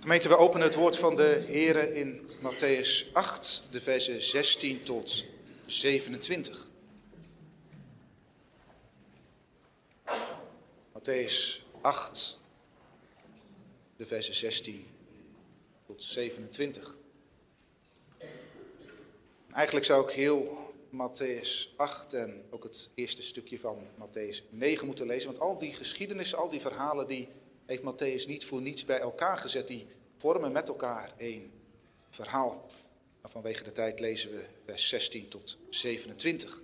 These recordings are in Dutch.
Gemeente, we openen het woord van de Heere in Mattheüs 8, de versen 16 tot 27. Mattheüs 8, de versen 16 tot 27. Eigenlijk zou ik heel Mattheüs 8 en ook het eerste stukje van Mattheüs 9 moeten lezen. Want al die geschiedenissen, al die verhalen, die heeft Mattheüs niet voor niets bij elkaar gezet. Die vormen met elkaar één verhaal. Maar vanwege de tijd lezen we vers 16 tot 27.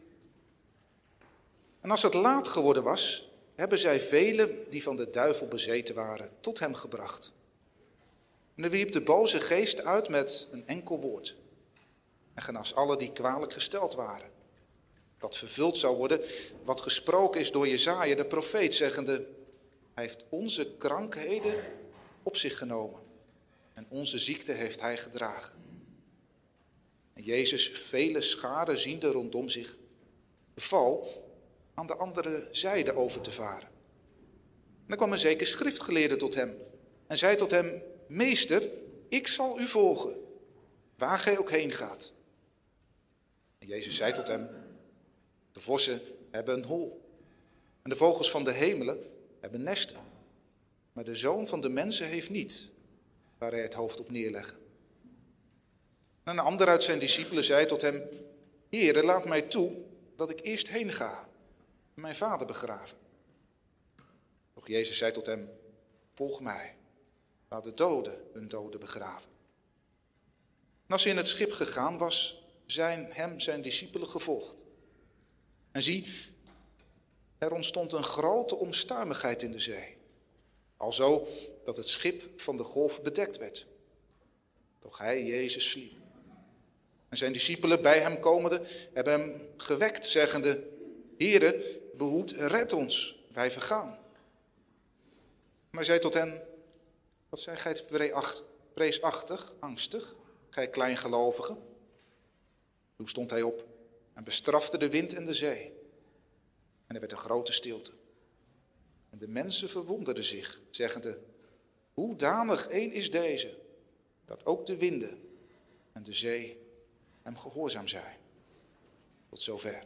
En als het laat geworden was, hebben zij velen die van de duivel bezeten waren, tot hem gebracht. En hij wierp de boze geest uit met een enkel woord. En genas alle die kwalijk gesteld waren. Dat vervuld zou worden wat gesproken is door Jesaja de profeet, zeggende: Hij heeft onze krankheden op zich genomen. En onze ziekte heeft hij gedragen. En Jezus, vele scharen ziende rondom zich, beval aan de andere zijde over te varen. En er kwam een zeker schriftgeleerde tot hem en zei tot hem: Meester, ik zal u volgen, waar gij ook heen gaat. En Jezus zei tot hem: De vossen hebben een hol en de vogels van de hemelen hebben nesten. Maar de Zoon van de mensen heeft niet waar hij het hoofd op neerleggen. En een ander uit zijn discipelen zei tot hem: Heere, laat mij toe dat ik eerst heen ga en mijn vader begraven. Doch Jezus zei tot hem: Volg mij, laat de doden hun doden begraven. En als hij in het schip gegaan was, zijn hem zijn discipelen gevolgd. En zie, er ontstond een grote onstuimigheid in de zee, alzo dat het schip van de golf bedekt werd. Doch hij, Jezus, sliep. En zijn discipelen bij hem komende hebben hem gewekt, zeggende: Heere, behoed, red ons, wij vergaan. Maar hij zei tot hen: Wat zijt gij vreesachtig, angstig, gij kleingelovigen? Toen stond hij op en bestrafte de wind en de zee. En er werd een grote stilte. En de mensen verwonderden zich, zeggende: Hoe danig één is deze, dat ook de winden en de zee hem gehoorzaam zijn. Tot zover.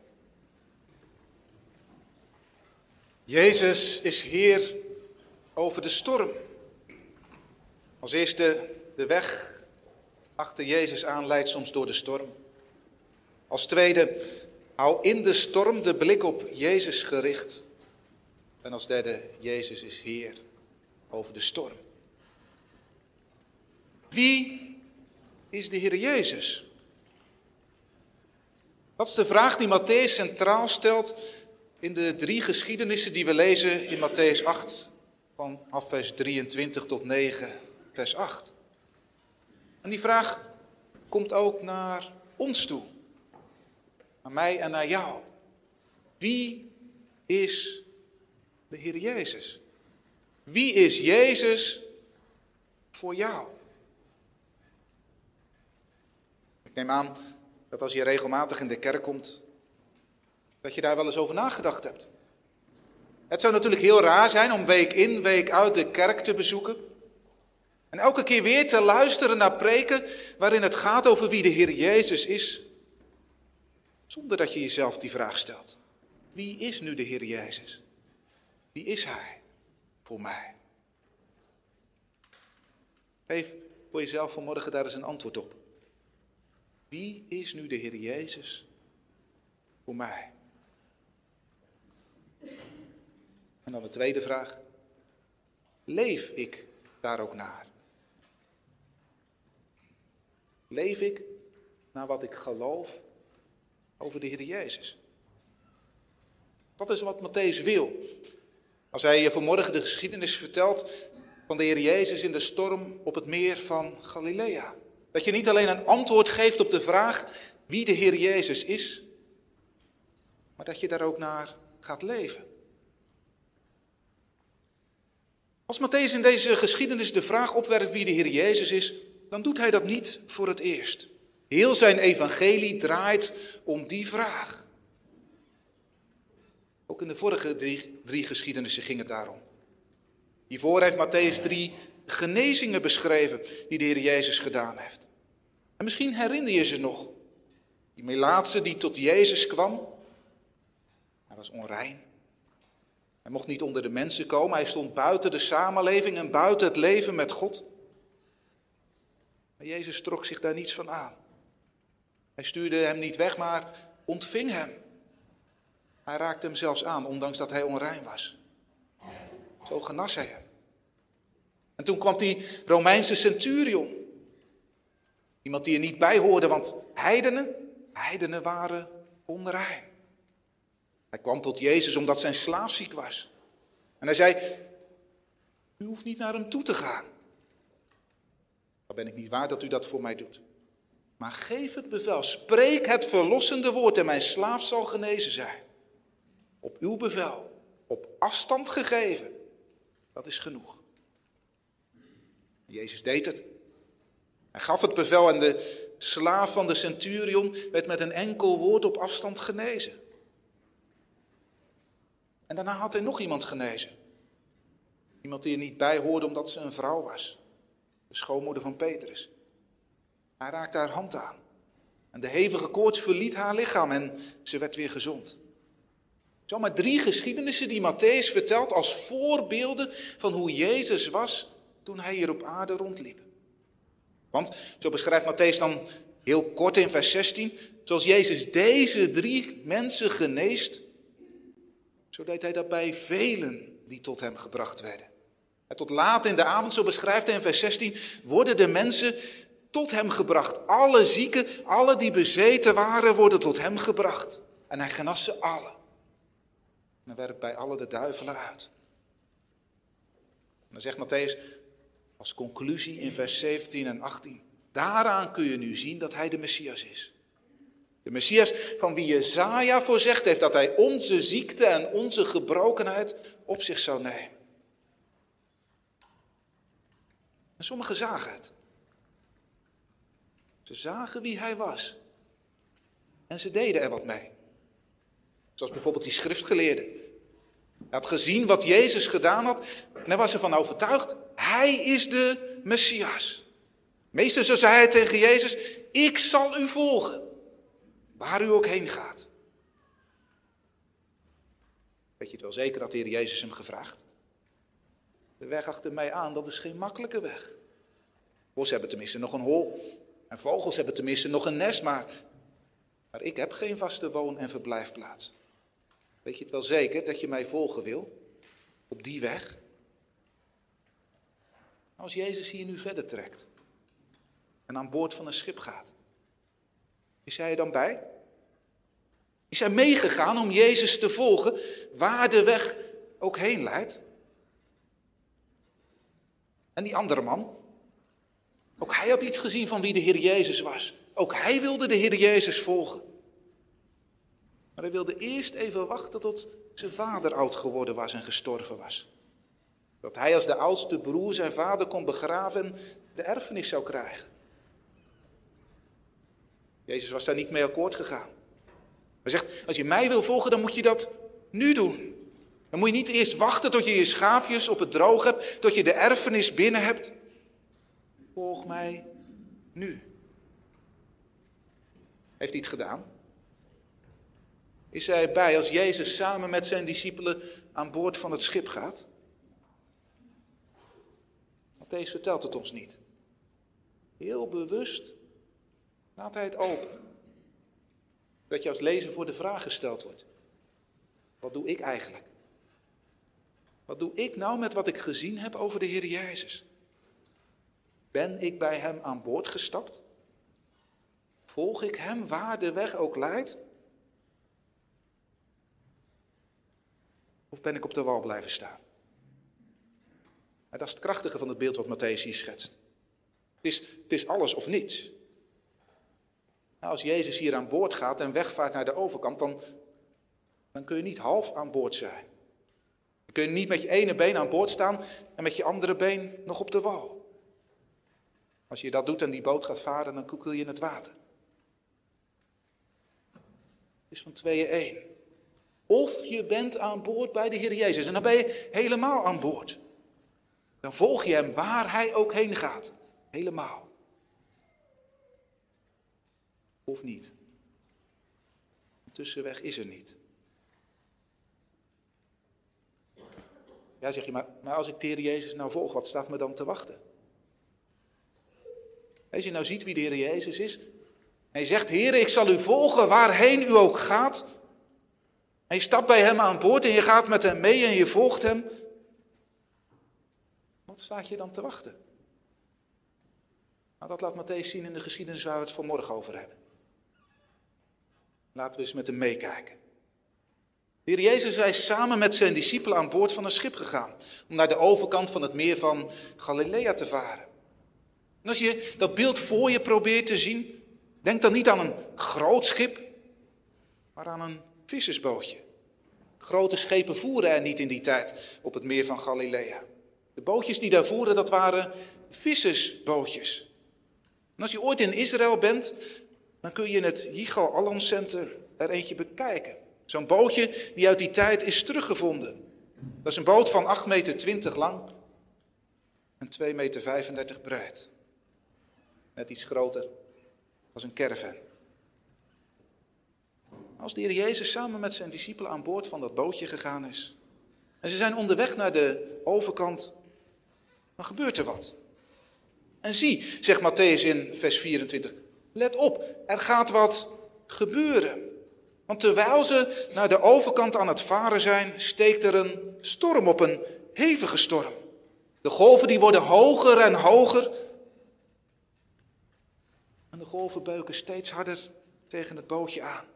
Jezus is Heer over de storm. Als eerste, de weg achter Jezus aan leidt soms door de storm. Als tweede, hou in de storm de blik op Jezus gericht. En als derde, Jezus is Heer over de storm. Wie is de Heer Jezus? Dat is de vraag die Mattheüs centraal stelt in de 3 geschiedenissen die we lezen in Mattheüs 8, vanaf vers 23 tot 9, vers 8. En die vraag komt ook naar ons toe, naar mij en naar jou. Wie is de Heer Jezus? Wie is Jezus voor jou? Ik neem aan dat als je regelmatig in de kerk komt, dat je daar wel eens over nagedacht hebt. Het zou natuurlijk heel raar zijn om week in, week uit de kerk te bezoeken. En elke keer weer te luisteren naar preken waarin het gaat over wie de Heer Jezus is. Zonder dat je jezelf die vraag stelt. Wie is nu de Heer Jezus? Wie is Hij voor mij? Geef voor jezelf vanmorgen daar eens een antwoord op. Wie is nu de Heer Jezus voor mij? En dan de tweede vraag. Leef ik daar ook naar? Leef ik naar wat ik geloof over de Heer Jezus? Dat is wat Mattheüs wil. Als hij je vanmorgen de geschiedenis vertelt van de Heer Jezus in de storm op het meer van Galilea. Dat je niet alleen een antwoord geeft op de vraag wie de Heer Jezus is, maar dat je daar ook naar gaat leven. Als Mattheüs in deze geschiedenis de vraag opwerpt wie de Heer Jezus is, dan doet hij dat niet voor het eerst. Heel zijn evangelie draait om die vraag. Ook in de vorige drie geschiedenissen ging het daarom. Hiervoor heeft Mattheüs 3 genezingen beschreven die de Heer Jezus gedaan heeft. En misschien herinner je ze nog. Die melaatse die tot Jezus kwam. Hij was onrein. Hij mocht niet onder de mensen komen. Hij stond buiten de samenleving en buiten het leven met God. Maar Jezus trok zich daar niets van aan. Hij stuurde hem niet weg, maar ontving hem. Hij raakte hem zelfs aan, ondanks dat hij onrein was. Zo genas hij hem. En toen kwam die Romeinse centurion. Iemand die er niet bij hoorde, want heidenen waren onrein. Hij kwam tot Jezus omdat zijn slaaf ziek was. En hij zei, u hoeft niet naar hem toe te gaan. Dan ben ik niet waard dat u dat voor mij doet. Maar geef het bevel, spreek het verlossende woord en mijn slaaf zal genezen zijn. Op uw bevel, op afstand gegeven, dat is genoeg. Jezus deed het. Hij gaf het bevel en de slaaf van de centurion werd met een enkel woord op afstand genezen. En daarna had hij nog iemand genezen. Iemand die er niet bij hoorde omdat ze een vrouw was. De schoonmoeder van Petrus. Hij raakte haar hand aan. En de hevige koorts verliet haar lichaam en ze werd weer gezond. Zomaar 3 geschiedenissen die Mattheüs vertelt als voorbeelden van hoe Jezus was toen hij hier op aarde rondliep. Want, zo beschrijft Mattheüs dan heel kort in vers 16, zoals Jezus deze 3 mensen geneest, zo deed hij dat bij velen die tot hem gebracht werden. En tot laat in de avond, zo beschrijft hij in vers 16, worden de mensen tot hem gebracht. Alle zieken, alle die bezeten waren, worden tot hem gebracht. En hij genas ze allen. En hij werpt bij alle de duivelen uit. En dan zegt Mattheüs als conclusie in vers 17 en 18. Daaraan kun je nu zien dat hij de Messias is. De Messias van wie Jesaja voorzegd heeft dat hij onze ziekte en onze gebrokenheid op zich zou nemen. En sommigen zagen het. Ze zagen wie hij was. En ze deden er wat mee. Zoals bijvoorbeeld die schriftgeleerde. Hij had gezien wat Jezus gedaan had en hij was ervan overtuigd. Hij is de Messias. Meester, zo zei hij tegen Jezus, ik zal u volgen, waar u ook heen gaat. Weet je het wel zeker, had de Heer Jezus hem gevraagd. De weg achter mij aan, dat is geen makkelijke weg. Bossen hebben tenminste nog een hol. En vogels hebben tenminste nog een nest, maar ik heb geen vaste woon- en verblijfplaats. Weet je het wel zeker dat je mij volgen wil? Op die weg? Als Jezus hier nu verder trekt en aan boord van een schip gaat, is hij er dan bij? Is hij meegegaan om Jezus te volgen waar de weg ook heen leidt? En die andere man? Ook hij had iets gezien van wie de Heer Jezus was. Ook hij wilde de Heer Jezus volgen. Maar hij wilde eerst even wachten tot zijn vader oud geworden was en gestorven was. Dat hij als de oudste broer zijn vader kon begraven en de erfenis zou krijgen. Jezus was daar niet mee akkoord gegaan. Hij zegt, als je mij wil volgen, dan moet je dat nu doen. Dan moet je niet eerst wachten tot je je schaapjes op het droog hebt, tot je de erfenis binnen hebt. Volg mij nu. Heeft hij het gedaan? Is hij bij als Jezus samen met zijn discipelen aan boord van het schip gaat? Mattheüs vertelt het ons niet. Heel bewust laat hij het open. Dat je als lezer voor de vraag gesteld wordt. Wat doe ik eigenlijk? Wat doe ik nou met wat ik gezien heb over de Heer Jezus? Ben ik bij hem aan boord gestapt? Volg ik hem waar de weg ook leidt? Of ben ik op de wal blijven staan? En dat is het krachtige van het beeld wat Mattheüs hier schetst. Het is alles of niets. Nou, als Jezus hier aan boord gaat en wegvaart naar de overkant, dan kun je niet half aan boord zijn. Dan kun je niet met je ene been aan boord staan en met je andere been nog op de wal. Als je dat doet en die boot gaat varen, dan koekel je in het water. Het is van tweeën één. Of je bent aan boord bij de Heer Jezus en dan ben je helemaal aan boord. Dan volg je hem waar hij ook heen gaat. Helemaal. Of niet. Een tussenweg is er niet. Ja, zeg je, maar als ik de Heer Jezus nou volg, wat staat me dan te wachten? Als je nou ziet wie de Heer Jezus is. Hij zegt, Heer, ik zal u volgen waarheen u ook gaat. En je stapt bij hem aan boord en je gaat met hem mee en je volgt hem. Wat staat je dan te wachten? Nou, dat laat Mattheüs zien in de geschiedenis waar we het vanmorgen over hebben. Laten we eens met hem meekijken. De Heer Jezus is samen met zijn discipelen aan boord van een schip gegaan. Om naar de overkant van het meer van Galilea te varen. En als je dat beeld voor je probeert te zien, denk dan niet aan een groot schip, maar aan een vissersbootje. Grote schepen voeren er niet in die tijd op het meer van Galilea. De bootjes die daar voeren, dat waren vissersbootjes. En als je ooit in Israël bent, dan kun je in het Yigal Allon Center er eentje bekijken. Zo'n bootje die uit die tijd is teruggevonden. Dat is een boot van 8,20 meter lang en 2,35 meter breed. Net iets groter als een caravan. Als de Heer Jezus samen met zijn discipelen aan boord van dat bootje gegaan is, en ze zijn onderweg naar de overkant, dan gebeurt er wat. En zie, zegt Mattheüs in vers 24, let op, er gaat wat gebeuren. Want terwijl ze naar de overkant aan het varen zijn, steekt er een storm op, een hevige storm. De golven die worden hoger en hoger. En de golven beuken steeds harder tegen het bootje aan.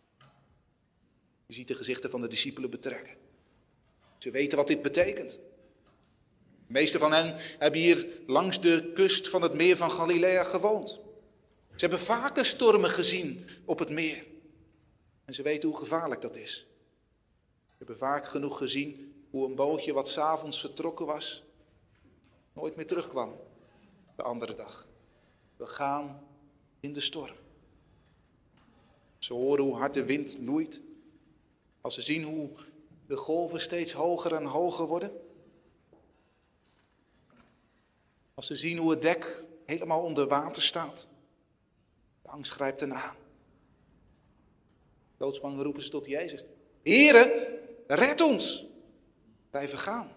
Je ziet de gezichten van de discipelen betrekken. Ze weten wat dit betekent. De meeste van hen hebben hier langs de kust van het meer van Galilea gewoond. Ze hebben vaker stormen gezien op het meer. En ze weten hoe gevaarlijk dat is. Ze hebben vaak genoeg gezien hoe een bootje wat 's avonds vertrokken was, nooit meer terugkwam de andere dag. We gaan in de storm. Ze horen hoe hard de wind loeit. Als ze zien hoe de golven steeds hoger en hoger worden. Als ze zien hoe het dek helemaal onder water staat. De angst grijpt hen aan. Doodsbang roepen ze tot Jezus. Heere, red ons. Wij vergaan.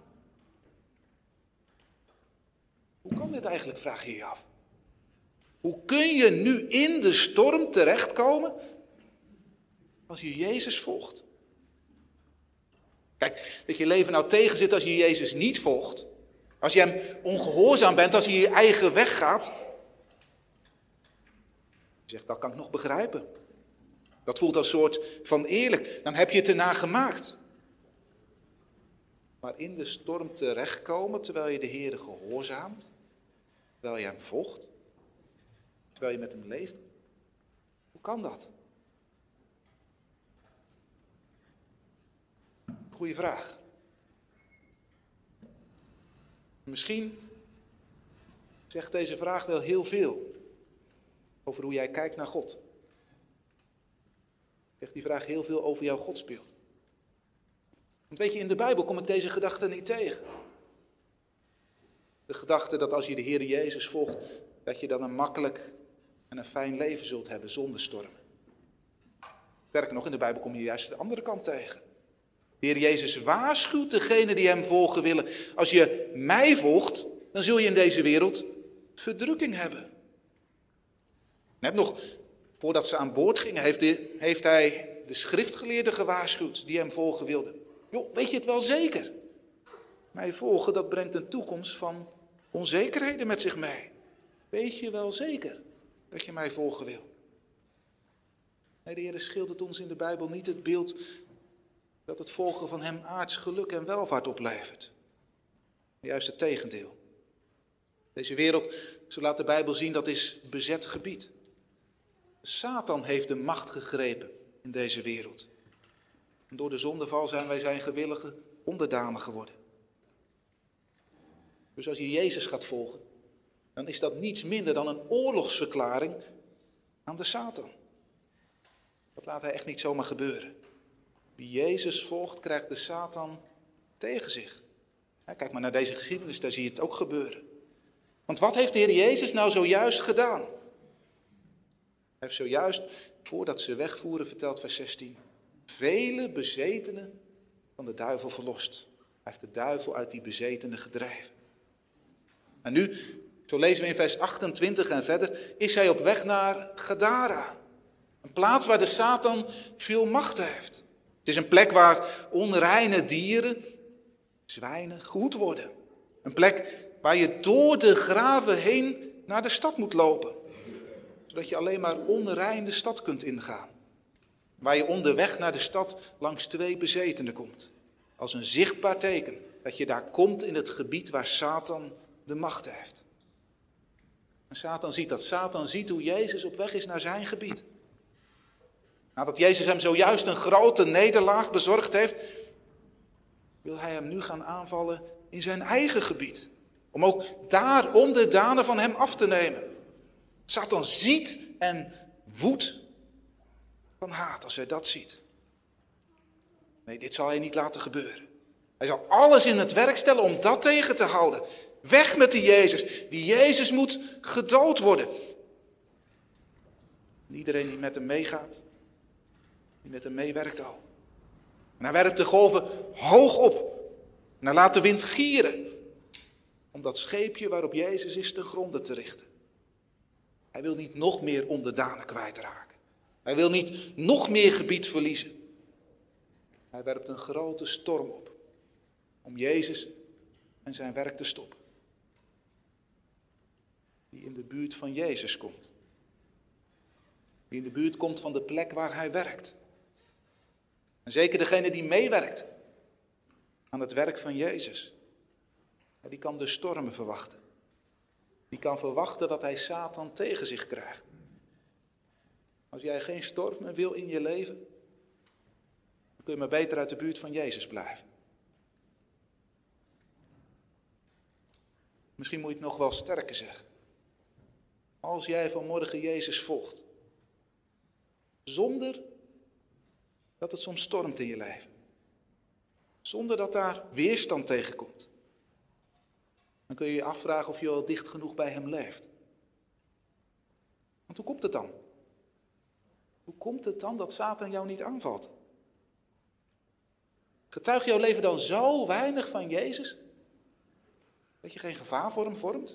Hoe kan dit eigenlijk, vraag je je af. Hoe kun je nu in de storm terechtkomen als je Jezus volgt? Kijk, dat je leven nou tegen zit als je Jezus niet volgt. Als je hem ongehoorzaam bent, als je je eigen weg gaat. Je zegt, dat kan ik nog begrijpen. Dat voelt als een soort van eerlijk. Dan heb je het erna gemaakt. Maar in de storm terechtkomen, terwijl je de Heere gehoorzaamt. Terwijl je hem volgt. Terwijl je met hem leeft. Hoe kan dat? Goeie vraag. Misschien zegt deze vraag wel heel veel over hoe jij kijkt naar God. Zegt die vraag heel veel over jouw godsbeeld. Want weet je, in de Bijbel kom ik deze gedachte niet tegen. De gedachte dat als je de Heer Jezus volgt, dat je dan een makkelijk en een fijn leven zult hebben zonder stormen. Sterker nog, in de Bijbel kom je juist de andere kant tegen. De Heer Jezus waarschuwt degenen die hem volgen willen. Als je mij volgt, dan zul je in deze wereld verdrukking hebben. Net nog voordat ze aan boord gingen, heeft hij de schriftgeleerden gewaarschuwd die hem volgen wilden. Joh, weet je het wel zeker? Mij volgen, dat brengt een toekomst van onzekerheden met zich mee. Weet je wel zeker dat je mij volgen wil? Nee, de Heer schildert ons in de Bijbel niet het beeld dat het volgen van hem aards geluk en welvaart oplevert. Juist het tegendeel. Deze wereld, zo laat de Bijbel zien, dat is bezet gebied. Satan heeft de macht gegrepen in deze wereld. En door de zondeval zijn wij zijn gewillige onderdanen geworden. Dus als je Jezus gaat volgen, dan is dat niets minder dan een oorlogsverklaring aan de Satan. Dat laat hij echt niet zomaar gebeuren. Wie Jezus volgt, krijgt de Satan tegen zich. Kijk maar naar deze geschiedenis, daar zie je het ook gebeuren. Want wat heeft de Heer Jezus nou zojuist gedaan? Hij heeft zojuist, voordat ze wegvoeren, vertelt vers 16, vele bezetenen van de duivel verlost. Hij heeft de duivel uit die bezetenen gedreven. En nu, zo lezen we in vers 28 en verder, is hij op weg naar Gadara. Een plaats waar de Satan veel macht heeft. Het is een plek waar onreine dieren, zwijnen, gehoed worden. Een plek waar je door de graven heen naar de stad moet lopen. Zodat je alleen maar onrein de stad kunt ingaan. Waar je onderweg naar de stad langs 2 bezetenen komt. Als een zichtbaar teken dat je daar komt in het gebied waar Satan de macht heeft. En Satan ziet dat. Satan ziet hoe Jezus op weg is naar zijn gebied. Nadat Jezus hem zojuist een grote nederlaag bezorgd heeft, wil hij hem nu gaan aanvallen in zijn eigen gebied. Om ook daar onderdanen van hem af te nemen. Satan ziet en woedt van haat als hij dat ziet. Nee, dit zal hij niet laten gebeuren. Hij zal alles in het werk stellen om dat tegen te houden. Weg met die Jezus. Die Jezus moet gedood worden. En iedereen die met hem meegaat, die met hem meewerkt al. En hij werpt de golven hoog op. En hij laat de wind gieren. Om dat scheepje waarop Jezus is ten gronde te richten. Hij wil niet nog meer onderdanen kwijtraken. Hij wil niet nog meer gebied verliezen. Hij werpt een grote storm op. Om Jezus en zijn werk te stoppen. Die in de buurt van Jezus komt. Die in de buurt komt van de plek waar hij werkt. En zeker degene die meewerkt aan het werk van Jezus. Die kan de stormen verwachten. Die kan verwachten dat hij Satan tegen zich krijgt. Als jij geen stormen wil in je leven, dan kun je maar beter uit de buurt van Jezus blijven. Misschien moet je het nog wel sterker zeggen. Als jij vanmorgen Jezus volgt, zonder dat het soms stormt in je leven, zonder dat daar weerstand tegenkomt, dan kun je je afvragen of je al dicht genoeg bij hem leeft. Want hoe komt het dan? Hoe komt het dan dat Satan jou niet aanvalt? Getuigt jouw leven dan zo weinig van Jezus, dat je geen gevaar voor hem vormt?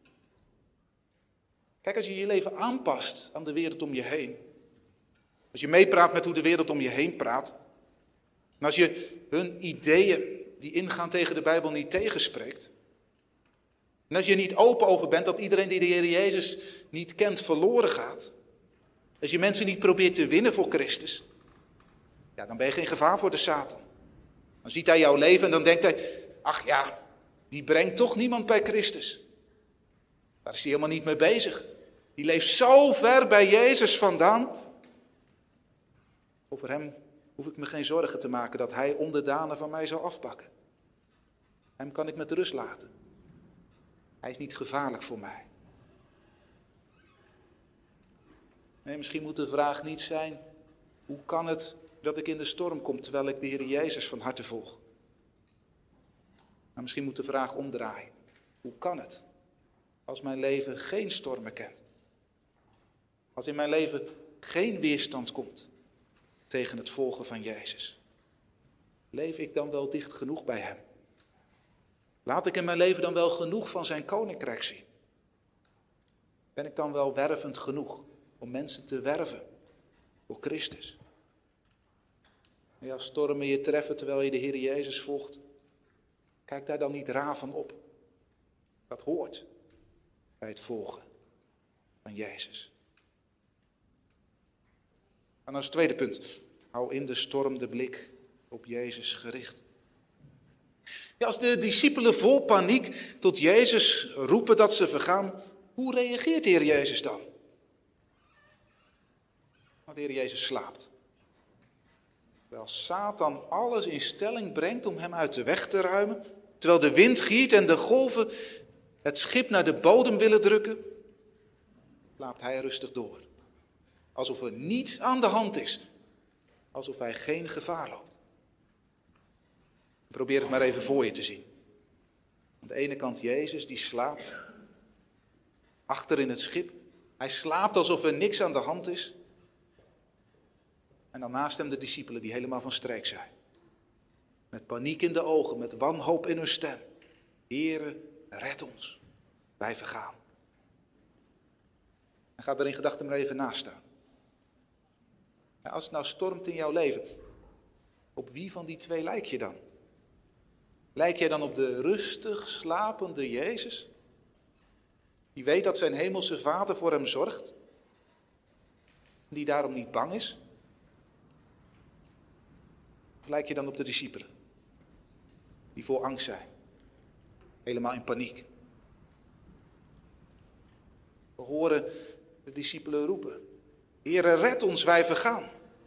Kijk, als je je leven aanpast aan de wereld om je heen, als je meepraat met hoe de wereld om je heen praat, en als je hun ideeën die ingaan tegen de Bijbel niet tegenspreekt, en als je er niet open over bent dat iedereen die de Heer Jezus niet kent verloren gaat, als je mensen niet probeert te winnen voor Christus, ja, dan ben je geen gevaar voor de Satan. Dan ziet hij jouw leven en dan denkt hij, ach ja, die brengt toch niemand bij Christus. Daar is hij helemaal niet mee bezig. Die leeft zo ver bij Jezus vandaan. Over hem hoef ik me geen zorgen te maken dat hij onderdanen van mij zal afpakken. Hem kan ik met rust laten. Hij is niet gevaarlijk voor mij. Nee, misschien moet de vraag niet zijn, hoe kan het dat ik in de storm kom terwijl ik de Heer Jezus van harte volg? Maar misschien moet de vraag omdraaien. Hoe kan het als mijn leven geen stormen kent? Als in mijn leven geen weerstand komt tegen het volgen van Jezus? Leef ik dan wel dicht genoeg bij hem? Laat ik in mijn leven dan wel genoeg van zijn koninkrijk zien? Ben ik dan wel wervend genoeg om mensen te werven voor Christus? En als stormen je treffen terwijl je de Heer Jezus volgt, kijk daar dan niet raar van op. Dat hoort bij het volgen van Jezus. En als tweede punt, hou in de storm de blik op Jezus gericht. Ja, als de discipelen vol paniek tot Jezus roepen dat ze vergaan, hoe reageert de Heer Jezus dan? Nou, de Heer Jezus slaapt. Terwijl Satan alles in stelling brengt om hem uit de weg te ruimen, terwijl de wind giert en de golven het schip naar de bodem willen drukken, slaapt hij rustig door. Alsof er niets aan de hand is. Alsof hij geen gevaar loopt. Probeer het maar even voor je te zien. Aan de ene kant Jezus, die slaapt. Achter in het schip. Hij slaapt alsof er niks aan de hand is. En dan naast hem de discipelen die helemaal van streek zijn. Met paniek in de ogen, met wanhoop in hun stem. Heere, red ons. Wij vergaan. En ga er in gedachten maar even naast staan. En als het nou stormt in jouw leven, op wie van die twee lijk je dan? Lijk jij dan op de rustig slapende Jezus? Die weet dat zijn hemelse Vader voor hem zorgt? Die daarom niet bang is? Of lijk je dan op de discipelen? Die vol angst zijn. Helemaal in paniek. We horen de discipelen roepen. Heere, red ons, wij vergaan.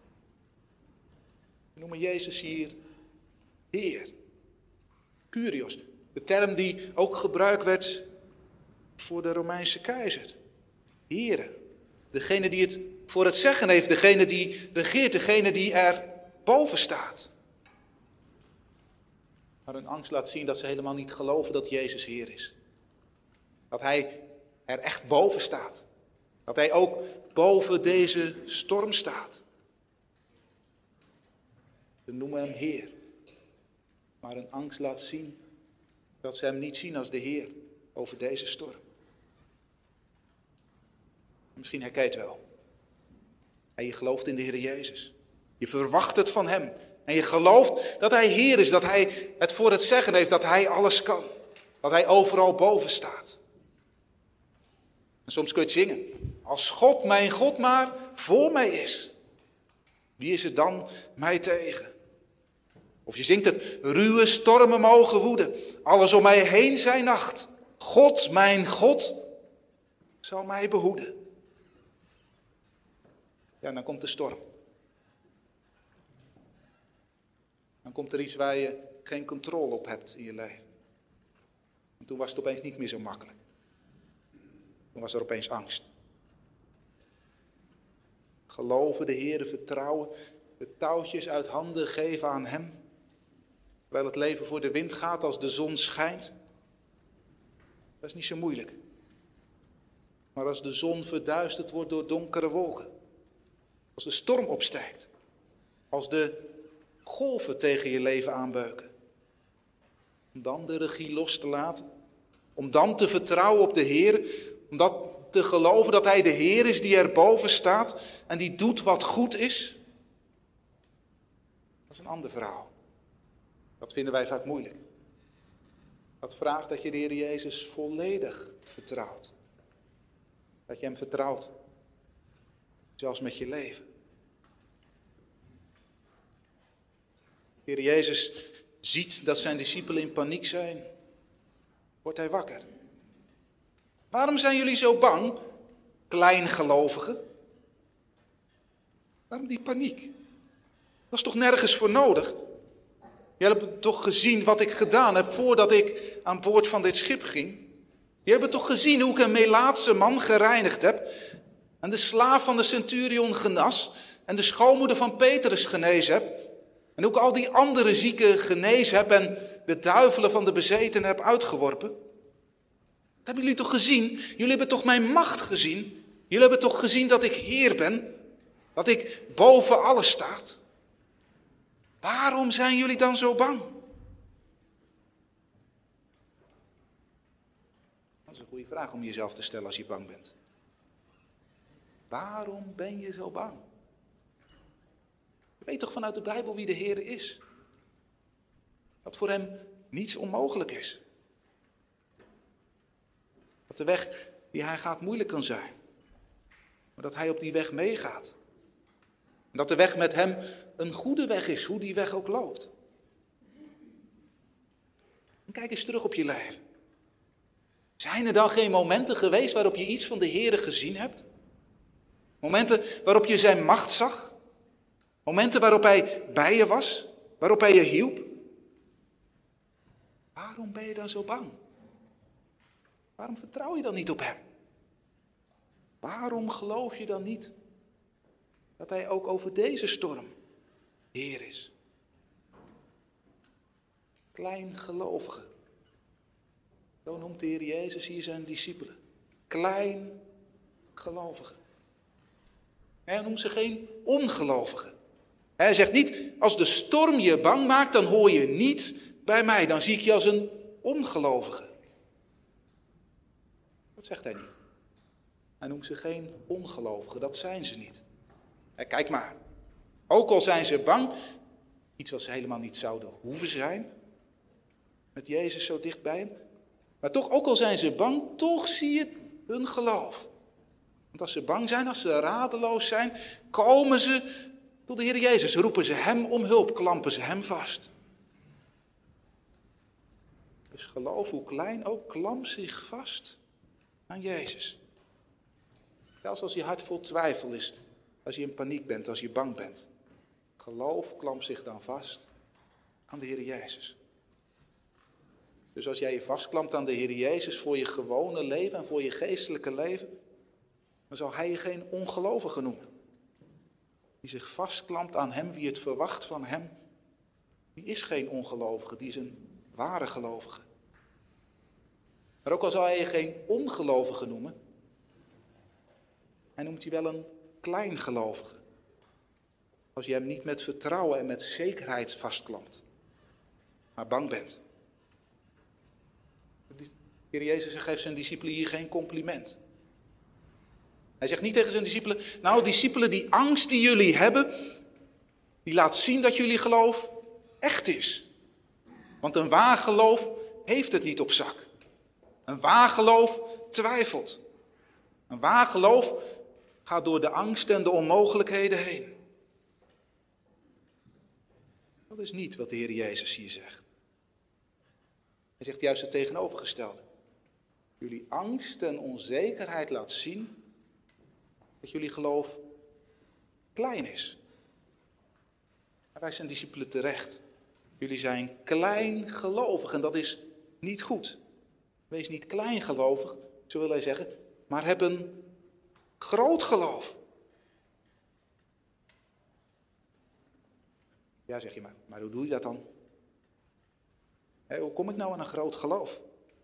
We noemen Jezus hier Heer. Kyrios, de term die ook gebruikt werd voor de Romeinse keizer. Heere, degene die het voor het zeggen heeft, degene die regeert, degene die er boven staat. Maar hun angst laat zien dat ze helemaal niet geloven dat Jezus Heer is. Dat Hij er echt boven staat. Dat Hij ook boven deze storm staat. We noemen Hem Heer. Maar hun angst laat zien dat ze Hem niet zien als de Heer over deze storm. Misschien herken je het wel. En je gelooft in de Heer Jezus. Je verwacht het van Hem. En je gelooft dat Hij Heer is, dat Hij het voor het zeggen heeft, dat Hij alles kan. Dat Hij overal boven staat. En soms kun je het zingen. Als God, mijn God, maar voor mij is. Wie is er dan mij tegen? Of je zingt het, ruwe stormen mogen woeden. Alles om mij heen zijn nacht. God, mijn God, zal mij behoeden. Ja, dan komt de storm. Dan komt er iets waar je geen controle op hebt in je leven. En toen was het opeens niet meer zo makkelijk. Toen was er opeens angst. Geloven de Heere, vertrouwen, de touwtjes uit handen geven aan Hem. Terwijl het leven voor de wind gaat als de zon schijnt. Dat is niet zo moeilijk. Maar als de zon verduisterd wordt door donkere wolken. Als de storm opstijgt. Als de golven tegen je leven aanbeuken. Om dan de regie los te laten. Om dan te vertrouwen op de Heer. Om dat te geloven dat Hij de Heer is die erboven staat. En die doet wat goed is. Dat is een ander verhaal. Dat vinden wij vaak moeilijk. Dat vraagt dat je de Heer Jezus volledig vertrouwt. Dat je Hem vertrouwt. Zelfs met je leven. De Heer Jezus ziet dat zijn discipelen in paniek zijn. Wordt Hij wakker. Waarom zijn jullie zo bang, kleingelovigen? Waarom die paniek? Dat is toch nergens voor nodig? Jullie hebben toch gezien wat ik gedaan heb voordat ik aan boord van dit schip ging? Jullie hebben toch gezien hoe ik een Melaatse man gereinigd heb? En de slaaf van de centurion genas? En de schoonmoeder van Petrus genezen heb? En hoe ik al die andere zieken genezen heb en de duivelen van de bezetenen heb uitgeworpen? Dat hebben jullie toch gezien? Jullie hebben toch mijn macht gezien? Jullie hebben toch gezien dat ik Heer ben? Dat ik boven alles sta? Waarom zijn jullie dan zo bang? Dat is een goede vraag om jezelf te stellen als je bang bent. Waarom ben je zo bang? Je weet toch vanuit de Bijbel wie de Heer is? Dat voor Hem niets onmogelijk is. Dat de weg die Hij gaat moeilijk kan zijn. Maar dat Hij op die weg meegaat. En dat de weg met Hem een goede weg is, hoe die weg ook loopt. En kijk eens terug op je leven. Zijn er dan geen momenten geweest waarop je iets van de Heere gezien hebt? Momenten waarop je zijn macht zag? Momenten waarop Hij bij je was? Waarop Hij je hielp? Waarom ben je dan zo bang? Waarom vertrouw je dan niet op Hem? Waarom geloof je dan niet dat Hij ook over deze storm Heer is? Kleingelovige. Zo noemt de Heer Jezus hier zijn discipelen. Klein gelovigen. Hij noemt ze geen ongelovigen. Hij zegt niet, als de storm je bang maakt, dan hoor je niet bij mij. Dan zie ik je als een ongelovige. Dat zegt hij niet. Hij noemt ze geen ongelovigen, dat zijn ze niet. Kijk maar, ook al zijn ze bang, iets wat ze helemaal niet zouden hoeven zijn, met Jezus zo dicht bij hem. Maar toch, ook al zijn ze bang, toch zie je hun geloof. Want als ze bang zijn, als ze radeloos zijn, komen ze tot de Heer Jezus. Roepen ze hem om hulp, klampen ze hem vast. Dus geloof, hoe klein ook, klamp zich vast aan Jezus. Zelfs als je hart vol twijfel is, als je in paniek bent, als je bang bent. Geloof klampt zich dan vast aan de Heer Jezus. Dus als jij je vastklampt aan de Heer Jezus voor je gewone leven en voor je geestelijke leven, dan zal hij je geen ongelovige noemen. Die zich vastklampt aan hem, wie het verwacht van hem, die is geen ongelovige, die is een ware gelovige. Maar ook al zal hij je geen ongelovige noemen, hij noemt je wel een kleingelovige. Als je hem niet met vertrouwen en met zekerheid vastklampt, maar bang bent. De Heer Jezus geeft zijn discipelen hier geen compliment. Hij zegt niet tegen zijn discipelen, nou discipelen, die angst die jullie hebben, die laat zien dat jullie geloof echt is. Want een waar geloof heeft het niet op zak. Een waar geloof twijfelt. Een waar geloof gaat door de angst en de onmogelijkheden heen. Dat is niet wat de Heer Jezus hier zegt. Hij zegt juist het tegenovergestelde. Jullie angst en onzekerheid laat zien dat jullie geloof klein is. Hij wijst zijn discipelen terecht. Jullie zijn kleingelovig en dat is niet goed. Wees niet kleingelovig, zo wil hij zeggen, maar heb een groot geloof. Ja, zeg je, maar hoe doe je dat dan? Hoe kom ik nou aan een groot geloof?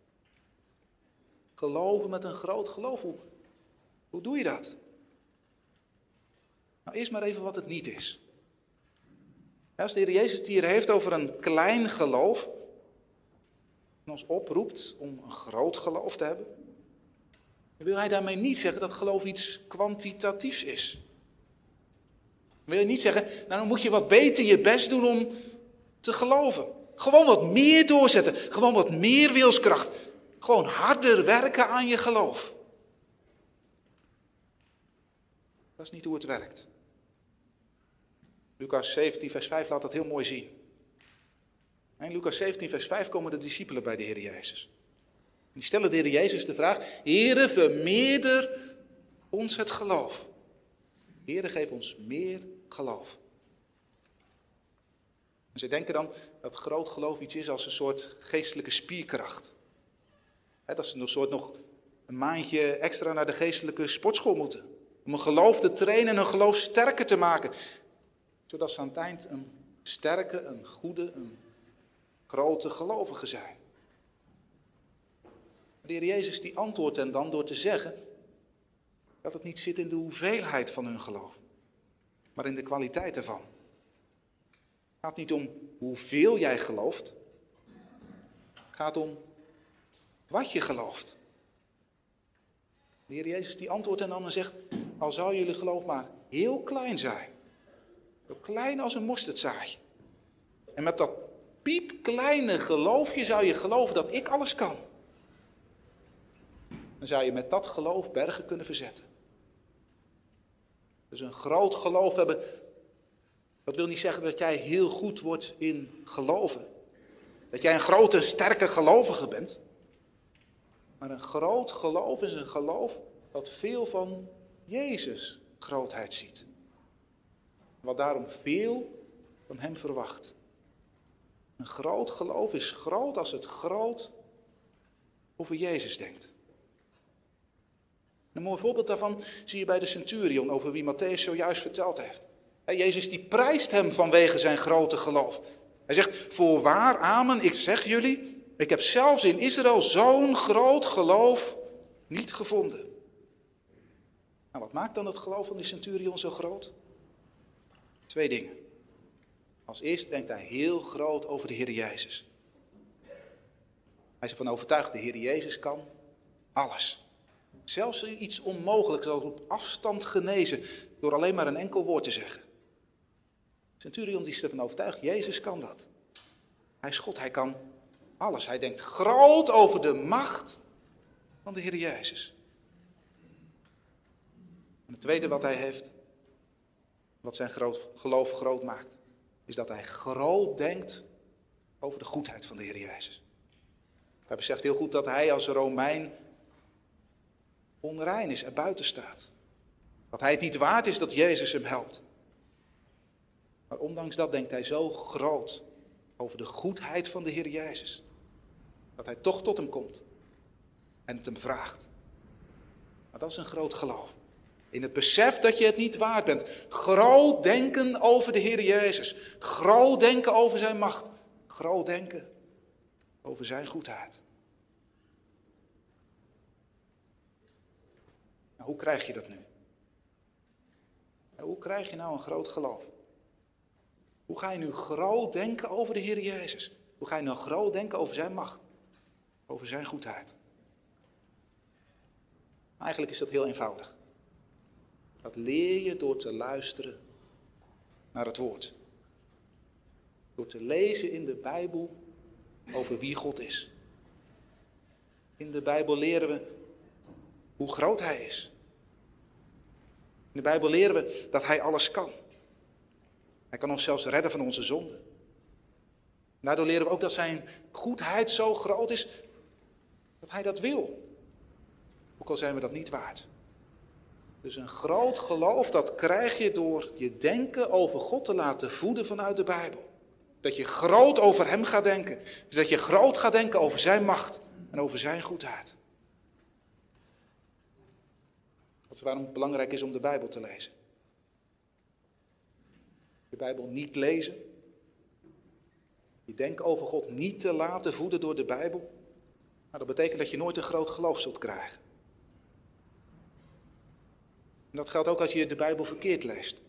Geloven met een groot geloof, hoe doe je dat? Nou, eerst maar even wat het niet is. Als de Heer Jezus het hier heeft over een klein geloof, en ons oproept om een groot geloof te hebben, dan wil hij daarmee niet zeggen dat geloof iets kwantitatiefs is. Dan wil je niet zeggen, nou dan moet je wat beter je best doen om te geloven. Gewoon wat meer doorzetten, gewoon wat meer wilskracht. Gewoon harder werken aan je geloof. Dat is niet hoe het werkt. Lucas 17 vers 5 laat dat heel mooi zien. In Lucas 17 vers 5 komen de discipelen bij de Heer Jezus. Die stellen de Heer Jezus de vraag, Heere, vermeerder ons het geloof. Heere, geef ons meer geloof. En ze denken dan dat groot geloof iets is als een soort geestelijke spierkracht. Dat ze nog een maandje extra naar de geestelijke sportschool moeten. Om een geloof te trainen en een geloof sterker te maken. Zodat ze aan het eind een sterke, een goede, een grote gelovige zijn. De Heer Jezus die antwoordt hen dan door te zeggen dat het niet zit in de hoeveelheid van hun geloof, maar in de kwaliteit ervan. Het gaat niet om hoeveel jij gelooft, het gaat om wat je gelooft. De Heer Jezus die antwoordt hen dan en zegt, al zou jullie geloof maar heel klein zijn, zo klein als een mosterdzaadje. En met dat piepkleine geloofje zou je geloven dat ik alles kan. Dan zou je met dat geloof bergen kunnen verzetten. Dus een groot geloof hebben, dat wil niet zeggen dat jij heel goed wordt in geloven. Dat jij een grote, sterke gelovige bent. Maar een groot geloof is een geloof dat veel van Jezus grootheid ziet. Wat daarom veel van hem verwacht. Een groot geloof is groot als het groot over Jezus denkt. Een mooi voorbeeld daarvan zie je bij de centurion, over wie Matthäus zojuist verteld heeft. Jezus die prijst hem vanwege zijn grote geloof. Hij zegt, voorwaar, amen, ik zeg jullie, Ik heb zelfs in Israël zo'n groot geloof niet gevonden. Nou, wat maakt dan het geloof van die centurion zo groot? 2 dingen. Als eerste denkt hij heel groot over de Heer Jezus. Hij is ervan overtuigd, de Heer Jezus kan alles. Zelfs iets onmogelijks, zoals op afstand genezen, door alleen maar een enkel woord te zeggen. Centurion die is ervan overtuigd, Jezus kan dat. Hij is God, hij kan alles. Hij denkt groot over de macht van de Heer Jezus. En het tweede wat hij heeft, wat zijn geloof groot maakt, is dat hij groot denkt over de goedheid van de Heer Jezus. Hij beseft heel goed dat hij als Romein onrein is, er buiten staat. Dat hij het niet waard is dat Jezus hem helpt. Maar ondanks dat denkt hij zo groot over de goedheid van de Heer Jezus, dat hij toch tot hem komt en het hem vraagt. Maar dat is een groot geloof. In het besef dat je het niet waard bent. Groot denken over de Heer Jezus. Groot denken over zijn macht. Groot denken over zijn goedheid. Nou, hoe krijg je dat nu? Hoe krijg je nou een groot geloof? Hoe ga je nu groot denken over de Heer Jezus? Hoe ga je nou groot denken over zijn macht? Over zijn goedheid? Eigenlijk is dat heel eenvoudig. Dat leer je door te luisteren naar het woord. Door te lezen in de Bijbel over wie God is. In de Bijbel leren we hoe groot hij is. In de Bijbel leren we dat hij alles kan. Hij kan ons zelfs redden van onze zonden. Daardoor leren we ook dat zijn goedheid zo groot is dat hij dat wil. Ook al zijn we dat niet waard. Dus een groot geloof, dat krijg je door je denken over God te laten voeden vanuit de Bijbel. Dat je groot over hem gaat denken. Dus dat je groot gaat denken over zijn macht en over zijn goedheid. Dat is waarom het belangrijk is om de Bijbel te lezen. De Bijbel niet lezen. Je denken over God niet te laten voeden door de Bijbel. Nou, dat betekent dat je nooit een groot geloof zult krijgen. En dat geldt ook als je de Bijbel verkeerd leest.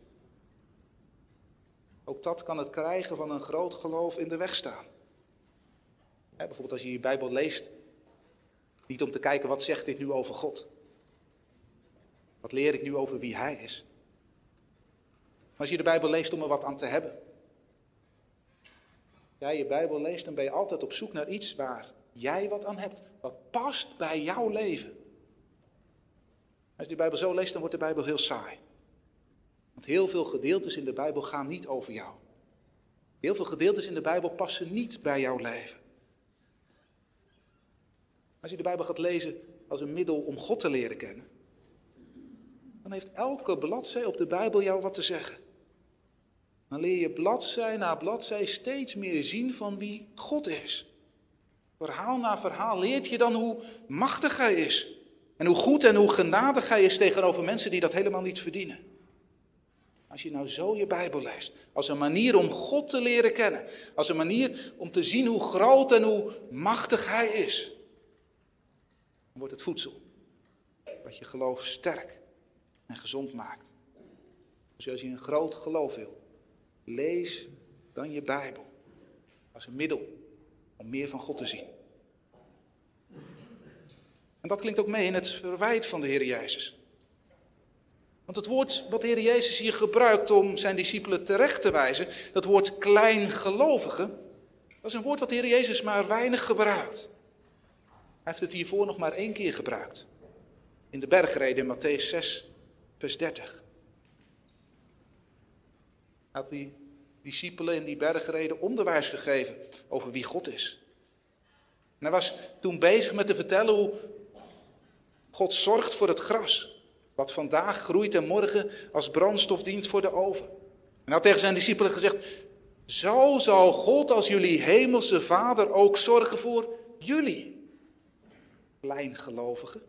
Ook dat kan het krijgen van een groot geloof in de weg staan. Bijvoorbeeld als je je Bijbel leest, niet om te kijken wat zegt dit nu over God. Wat leer ik nu over wie hij is. Maar als je de Bijbel leest om er wat aan te hebben. Jij je Bijbel leest, dan ben je altijd op zoek naar iets waar jij wat aan hebt. Wat past bij jouw leven. Als je de Bijbel zo leest, dan wordt de Bijbel heel saai. Want heel veel gedeeltes in de Bijbel gaan niet over jou. Heel veel gedeeltes in de Bijbel passen niet bij jouw leven. Als je de Bijbel gaat lezen als een middel om God te leren kennen, dan heeft elke bladzij op de Bijbel jou wat te zeggen. Dan leer je bladzij na bladzij steeds meer zien van wie God is. Verhaal na verhaal leert je dan hoe machtig hij is. En hoe goed en hoe genadig hij is tegenover mensen die dat helemaal niet verdienen. Als je nou zo je Bijbel leest, als een manier om God te leren kennen, als een manier om te zien hoe groot en hoe machtig hij is, dan wordt het voedsel wat je geloof sterk en gezond maakt. Dus als je een groot geloof wil, lees dan je Bijbel als een middel om meer van God te zien. En dat klinkt ook mee in het verwijt van de Heer Jezus. Want het woord wat de Heer Jezus hier gebruikt om zijn discipelen terecht te wijzen, dat woord kleingelovige, dat is een woord wat de Heer Jezus maar weinig gebruikt. Hij heeft het hiervoor nog maar 1 keer gebruikt. In de bergrede in Mattheüs 6, vers 30. Hij had die discipelen in die bergrede onderwijs gegeven over wie God is. En hij was toen bezig met te vertellen hoe God zorgt voor het gras, wat vandaag groeit en morgen als brandstof dient voor de oven. En hij had tegen zijn discipelen gezegd, zo zal God als jullie hemelse Vader ook zorgen voor jullie, kleingelovigen.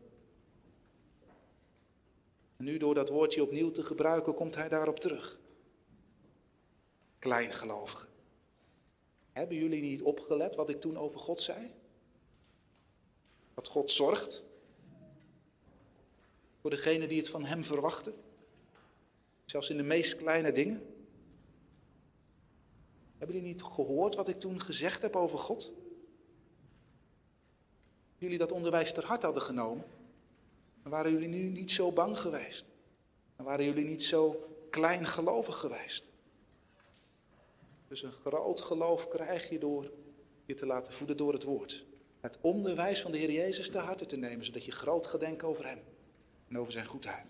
En nu door dat woordje opnieuw te gebruiken, komt hij daarop terug. Kleingelovigen. Hebben jullie niet opgelet wat ik toen over God zei? Dat God zorgt voor degenen die het van hem verwachten. Zelfs in de meest kleine dingen. Hebben jullie niet gehoord wat ik toen gezegd heb over God? Jullie dat onderwijs ter harte hadden genomen, dan waren jullie nu niet zo bang geweest. Dan waren jullie niet zo kleingelovig geweest. Dus een groot geloof krijg je door je te laten voeden door het woord. Het onderwijs van de Heer Jezus ter harte te nemen, zodat je groot gaat denken over hem en over zijn goedheid.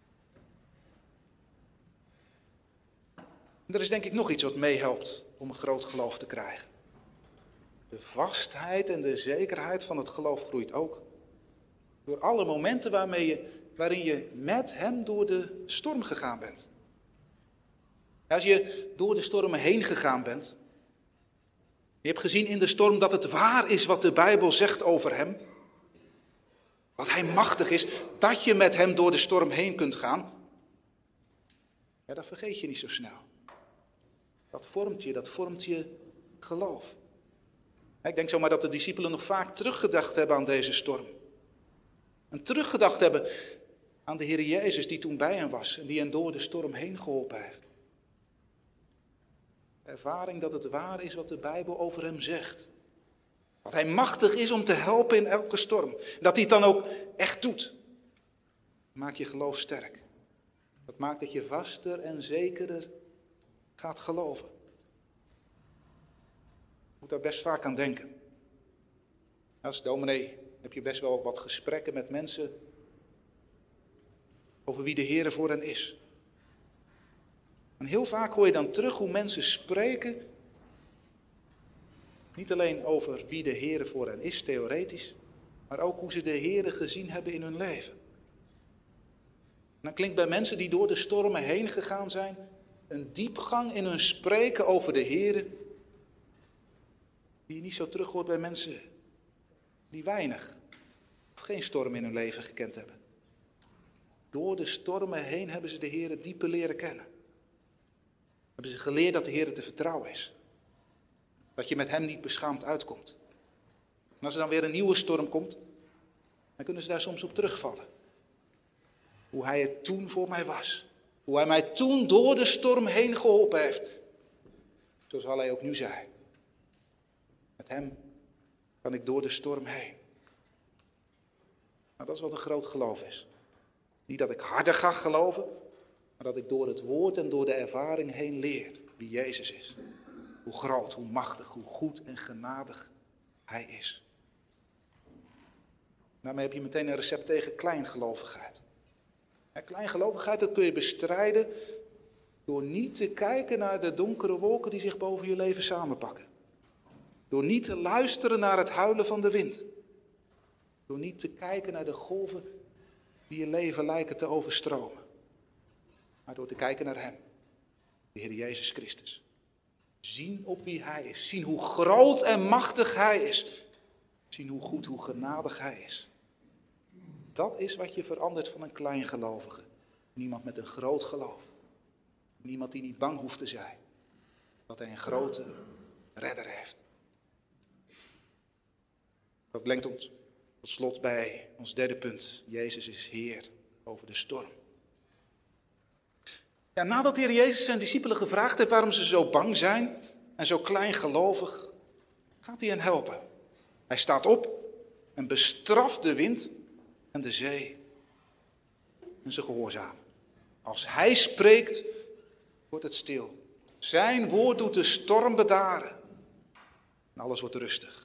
En er is denk ik nog iets wat meehelpt om een groot geloof te krijgen. De vastheid en de zekerheid van het geloof groeit ook. Door alle momenten waarin je met hem door de storm gegaan bent. Als je door de stormen heen gegaan bent. Je hebt gezien in de storm dat het waar is wat de Bijbel zegt over hem. Dat hij machtig is, dat je met hem door de storm heen kunt gaan. Ja, dat vergeet je niet zo snel. Dat vormt je geloof. Ik denk zomaar dat de discipelen nog vaak teruggedacht hebben aan deze storm. En teruggedacht hebben aan de Heer Jezus die toen bij hen was en die hen door de storm heen geholpen heeft. De ervaring dat het waar is wat de Bijbel over hem zegt. Dat hij machtig is om te helpen in elke storm. Dat hij het dan ook echt doet. Maak je geloof sterk. Dat maakt dat je vaster en zekerder gaat geloven. Je moet daar best vaak aan denken. Als dominee heb je best wel wat gesprekken met mensen over wie de Heer voor hen is. En heel vaak hoor je dan terug hoe mensen spreken, niet alleen over wie de Heer voor hen is, theoretisch, maar ook hoe ze de Heer gezien hebben in hun leven. En dan klinkt bij mensen die door de stormen heen gegaan zijn, een diepgang in hun spreken over de Heer, die je niet zo terug hoort bij mensen die weinig of geen storm in hun leven gekend hebben. Door de stormen heen hebben ze de Heer dieper leren kennen. Hebben ze geleerd dat de Heer te vertrouwen is. Dat je met hem niet beschaamd uitkomt. En als er dan weer een nieuwe storm komt, dan kunnen ze daar soms op terugvallen. Hoe hij het toen voor mij was. Hoe hij mij toen door de storm heen geholpen heeft. Zo zal hij ook nu zijn. Met hem kan ik door de storm heen. Nou, dat is wat een groot geloof is. Niet dat ik harder ga geloven, maar dat ik door het woord en door de ervaring heen leer wie Jezus is. Hoe groot, hoe machtig, hoe goed en genadig hij is. Daarmee heb je meteen een recept tegen kleingelovigheid. Kleingelovigheid, dat kun je bestrijden door niet te kijken naar de donkere wolken die zich boven je leven samenpakken. Door niet te luisteren naar het huilen van de wind. Door niet te kijken naar de golven die je leven lijken te overstromen. Maar door te kijken naar hem, de Heer Jezus Christus. Zien op wie hij is. Zien hoe groot en machtig hij is. Zien hoe goed, hoe genadig hij is. Dat is wat je verandert van een kleingelovige. Niemand met een groot geloof. Niemand die niet bang hoeft te zijn. Dat hij een grote redder heeft. Dat brengt ons tot slot bij ons derde punt. Jezus is Heer over de storm. Ja, nadat de Heer Jezus zijn discipelen gevraagd heeft waarom ze zo bang zijn en zo kleingelovig, gaat hij hen helpen. Hij staat op en bestraft de wind en de zee en ze gehoorzamen. Als hij spreekt, wordt het stil. Zijn woord doet de storm bedaren en alles wordt rustig.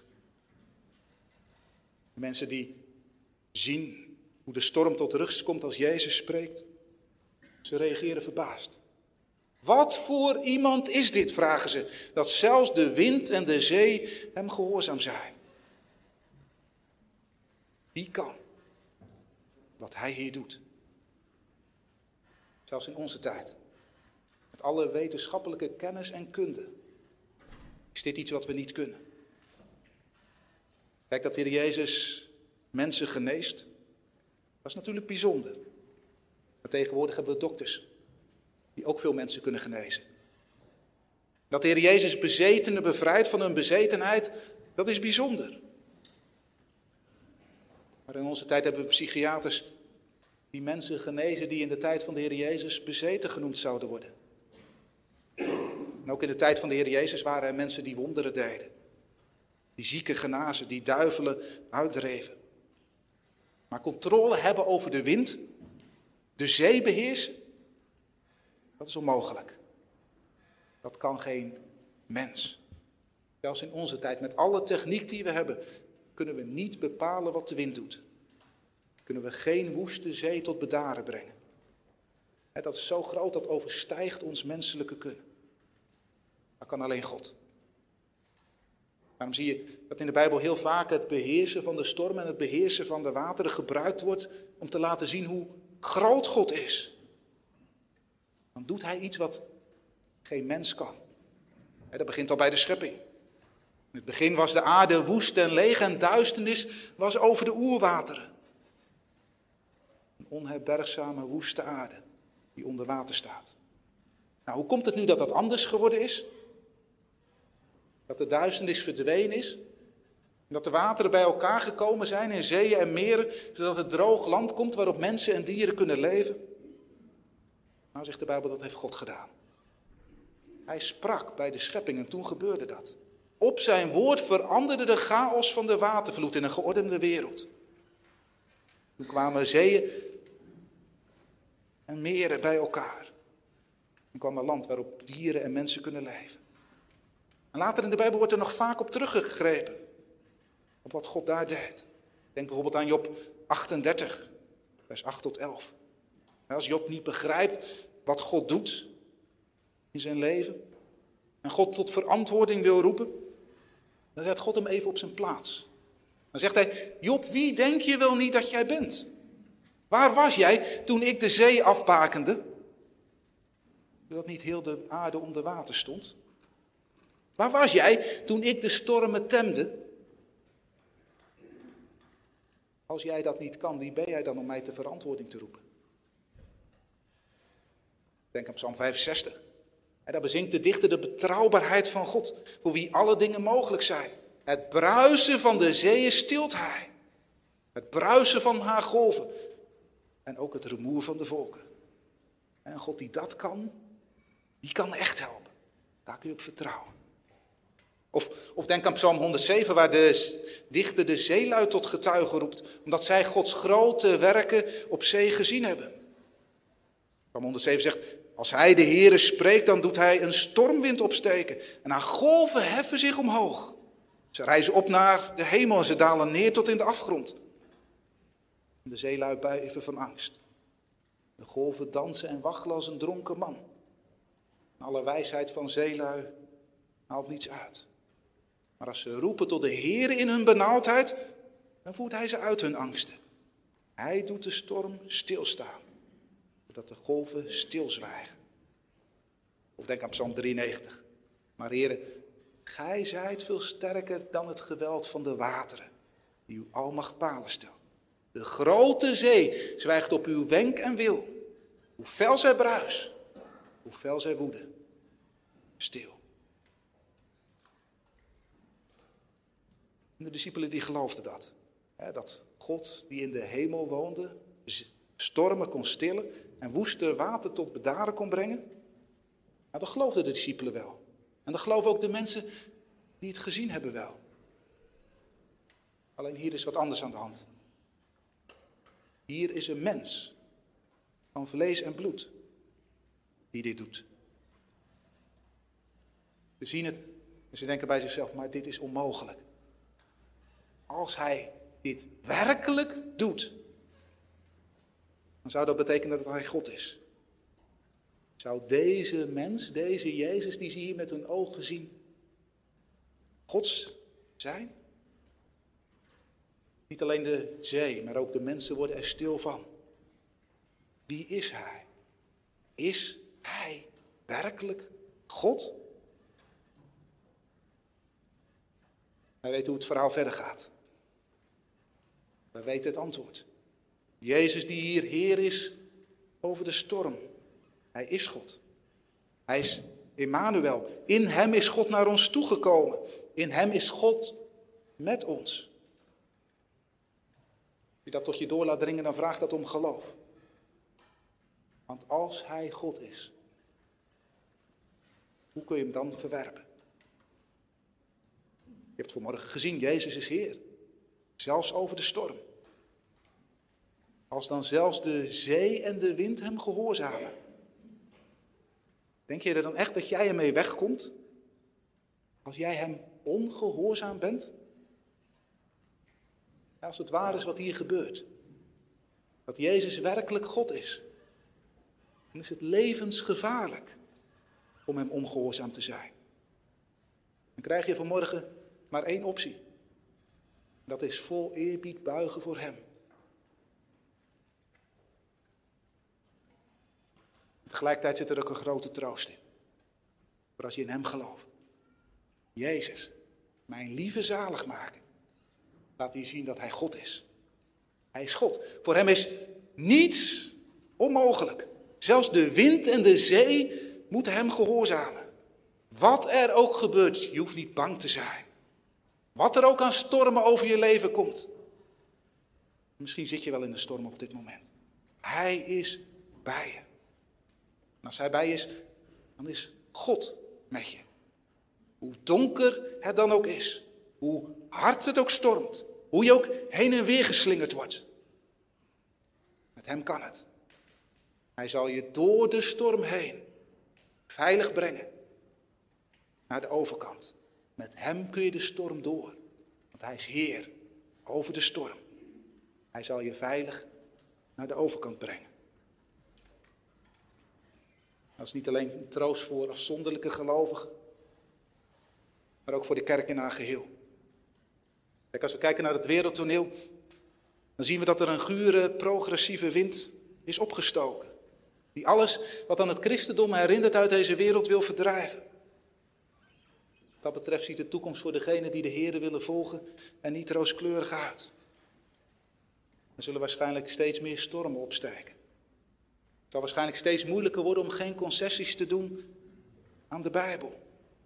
De mensen die zien hoe de storm tot rust komt als Jezus spreekt, ze reageren verbaasd. Wat voor iemand is dit, vragen ze, dat zelfs de wind en de zee hem gehoorzaam zijn. Wie kan wat hij hier doet? Zelfs in onze tijd. Met alle wetenschappelijke kennis en kunde. Is dit iets wat we niet kunnen? Kijk, dat de Heer Jezus mensen geneest, dat is natuurlijk bijzonder. Maar tegenwoordig hebben we dokters die ook veel mensen kunnen genezen. Dat de Heer Jezus bezetenen bevrijdt van hun bezetenheid, dat is bijzonder. Maar in onze tijd hebben we psychiaters die mensen genezen die in de tijd van de Heer Jezus bezeten genoemd zouden worden. En ook in de tijd van de Heer Jezus waren er mensen die wonderen deden. Die zieken genazen, die duivelen uitdreven. Maar controle hebben over de wind, de zee beheersen, dat is onmogelijk. Dat kan geen mens. Zelfs in onze tijd, met alle techniek die we hebben, kunnen we niet bepalen wat de wind doet. Kunnen we geen woeste zee tot bedaren brengen. Dat is zo groot, dat overstijgt ons menselijke kunnen. Dat kan alleen God. Daarom zie je dat in de Bijbel heel vaak het beheersen van de storm en het beheersen van de wateren gebruikt wordt om te laten zien hoe groot God is. Dan doet hij iets wat geen mens kan. Dat begint al bij de schepping. In het begin was de aarde woest en leeg en duisternis was over de oerwateren. Een onherbergzame woeste aarde die onder water staat. Nou, hoe komt het nu dat dat anders geworden is? Dat de duisternis verdwenen is. En dat de wateren bij elkaar gekomen zijn in zeeën en meren, zodat het droog land komt waarop mensen en dieren kunnen leven. Nou, zegt de Bijbel, dat heeft God gedaan. Hij sprak bij de schepping en toen gebeurde dat. Op zijn woord veranderde de chaos van de watervloed in een geordende wereld. Toen kwamen zeeën en meren bij elkaar. En kwam een land waarop dieren en mensen kunnen leven. En later in de Bijbel wordt er nog vaak op teruggegrepen. Op wat God daar deed. Denk bijvoorbeeld aan Job 38, vers 8 tot 11. Als Job niet begrijpt wat God doet in zijn leven en God tot verantwoording wil roepen, dan zet God hem even op zijn plaats. Dan zegt hij, Job, wie denk je wel niet dat jij bent? Waar was jij toen ik de zee afbakende? Zodat niet heel de aarde onder water stond. Waar was jij toen ik de stormen temde? Als jij dat niet kan, wie ben jij dan om mij ter verantwoording te roepen? Denk aan Psalm 65. En daar bezingt de dichter de betrouwbaarheid van God, voor wie alle dingen mogelijk zijn. Het bruisen van de zeeën stilt hij. Het bruisen van haar golven. En ook het rumoer van de volken. En God die dat kan, die kan echt helpen. Daar kun je op vertrouwen. Of denk aan Psalm 107, waar de dichter de zeelui tot getuige roept, omdat zij Gods grote werken op zee gezien hebben. Psalm 107 zegt, als hij de Heere spreekt, dan doet hij een stormwind opsteken. En haar golven heffen zich omhoog. Ze reizen op naar de hemel en ze dalen neer tot in de afgrond. En de zeelui beven van angst. De golven dansen en waggelen als een dronken man. En alle wijsheid van zeelui haalt niets uit. Maar als ze roepen tot de Heere in hun benauwdheid, dan voert hij ze uit hun angsten. Hij doet de storm stilstaan, zodat de golven stilzwijgen. Of denk aan Psalm 93. Maar Heere, gij zijt veel sterker dan het geweld van de wateren, die uw almacht palen stelt. De grote zee zwijgt op uw wenk en wil. Hoe fel zij bruist, hoe fel zij woede, stil. En de discipelen die geloofden dat. Dat God die in de hemel woonde, stormen kon stillen en woeste water tot bedaren kon brengen. Nou, dat geloofden de discipelen wel. En dat geloven ook de mensen die het gezien hebben wel. Alleen hier is wat anders aan de hand. Hier is een mens van vlees en bloed die dit doet. Ze zien het en ze denken bij zichzelf, maar dit is onmogelijk. Als hij dit werkelijk doet, dan zou dat betekenen dat hij God is. Zou deze mens, deze Jezus die ze hier met hun ogen zien, Gods zijn? Niet alleen de zee, maar ook de mensen worden er stil van. Wie is hij? Is hij werkelijk God? Wij weten hoe het verhaal verder gaat. Wij weten het antwoord. Jezus die hier Heer is over de storm. Hij is God. Hij is Immanuel. In hem is God naar ons toegekomen. In hem is God met ons. je dat tot je door laat dringen, dan vraagt dat om geloof. Want als hij God is, hoe kun je hem dan verwerpen? Je hebt vanmorgen gezien, Jezus is Heer. Zelfs over de storm. Als dan zelfs de zee en de wind hem gehoorzamen. Denk je er dan echt dat jij ermee wegkomt? Als jij hem ongehoorzaam bent? Ja, als het waar is wat hier gebeurt. Dat Jezus werkelijk God is. Dan is het levensgevaarlijk om hem ongehoorzaam te zijn. Dan krijg je vanmorgen maar één optie. Dat is vol eerbied buigen voor hem. Tegelijkertijd zit er ook een grote troost in. Voor als je in hem gelooft. Jezus, mijn lieve zaligmaker. Laat hij zien dat hij God is. Hij is God. Voor hem is niets onmogelijk. Zelfs de wind en de zee moeten hem gehoorzamen. Wat er ook gebeurt, je hoeft niet bang te zijn. Wat er ook aan stormen over je leven komt. Misschien zit je wel in een storm op dit moment. Hij is bij je. En als hij bij je is, dan is God met je. Hoe donker het dan ook is. Hoe hard het ook stormt. Hoe je ook heen en weer geslingerd wordt. Met hem kan het. Hij zal je door de storm heen veilig brengen. Naar de overkant. Met hem kun je de storm door. Want hij is Heer over de storm. Hij zal je veilig naar de overkant brengen. Dat is niet alleen een troost voor afzonderlijke gelovigen. Maar ook voor de kerk in haar geheel. Kijk, als we kijken naar het wereldtoneel. Dan zien we dat er een gure, progressieve wind is opgestoken. Die alles wat aan het christendom herinnert uit deze wereld wil verdrijven. Wat dat betreft ziet de toekomst voor degenen die de Here willen volgen er niet rooskleurig uit. Er zullen waarschijnlijk steeds meer stormen opstijgen. Het zal waarschijnlijk steeds moeilijker worden om geen concessies te doen aan de Bijbel.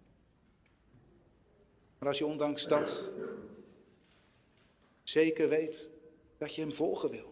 Maar als je ondanks dat zeker weet dat je hem volgen wil.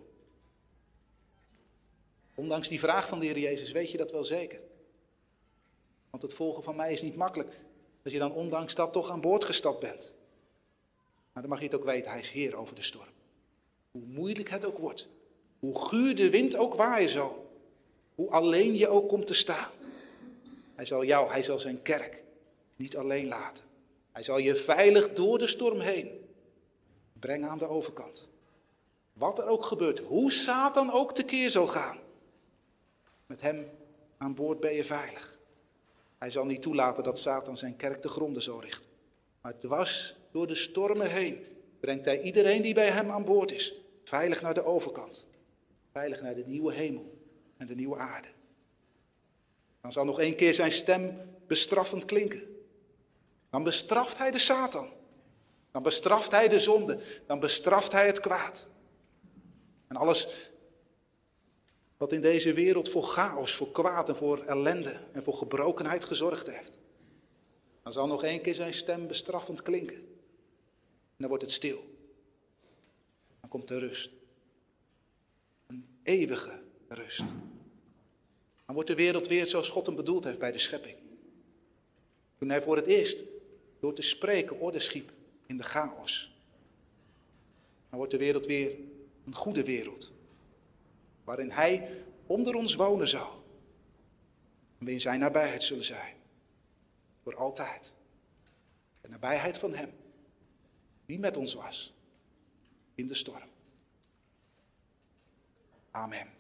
Ondanks die vraag van de Heer Jezus weet je dat wel zeker. Want het volgen van mij is niet makkelijk. Als je dan ondanks dat toch aan boord gestapt bent. Maar dan mag je het ook weten, hij is Heer over de storm. Hoe moeilijk het ook wordt. Hoe guur de wind ook waaien zal. Hoe alleen je ook komt te staan. Hij zal zijn kerk niet alleen laten. Hij zal je veilig door de storm heen brengen aan de overkant. Wat er ook gebeurt, hoe Satan ook tekeer zal gaan. Met hem aan boord ben je veilig. Hij zal niet toelaten dat Satan zijn kerk te gronden zal richten. Maar dwars door de stormen heen brengt hij iedereen die bij hem aan boord is veilig naar de overkant. Veilig naar de nieuwe hemel en de nieuwe aarde. Dan zal nog één keer zijn stem bestraffend klinken. Dan bestraft hij de Satan. Dan bestraft hij de zonde. Dan bestraft hij het kwaad. En alles wat in deze wereld voor chaos, voor kwaad en voor ellende en voor gebrokenheid gezorgd heeft. Dan zal nog één keer zijn stem bestraffend klinken. En dan wordt het stil. Dan komt de rust. Een eeuwige rust. Dan wordt de wereld weer zoals God hem bedoeld heeft bij de schepping. Toen hij voor het eerst door te spreken orde schiep in de chaos. Dan wordt de wereld weer een goede wereld. Waarin hij onder ons wonen zou. En we in zijn nabijheid zullen zijn. Voor altijd. De nabijheid van hem. Die met ons was. In de storm. Amen.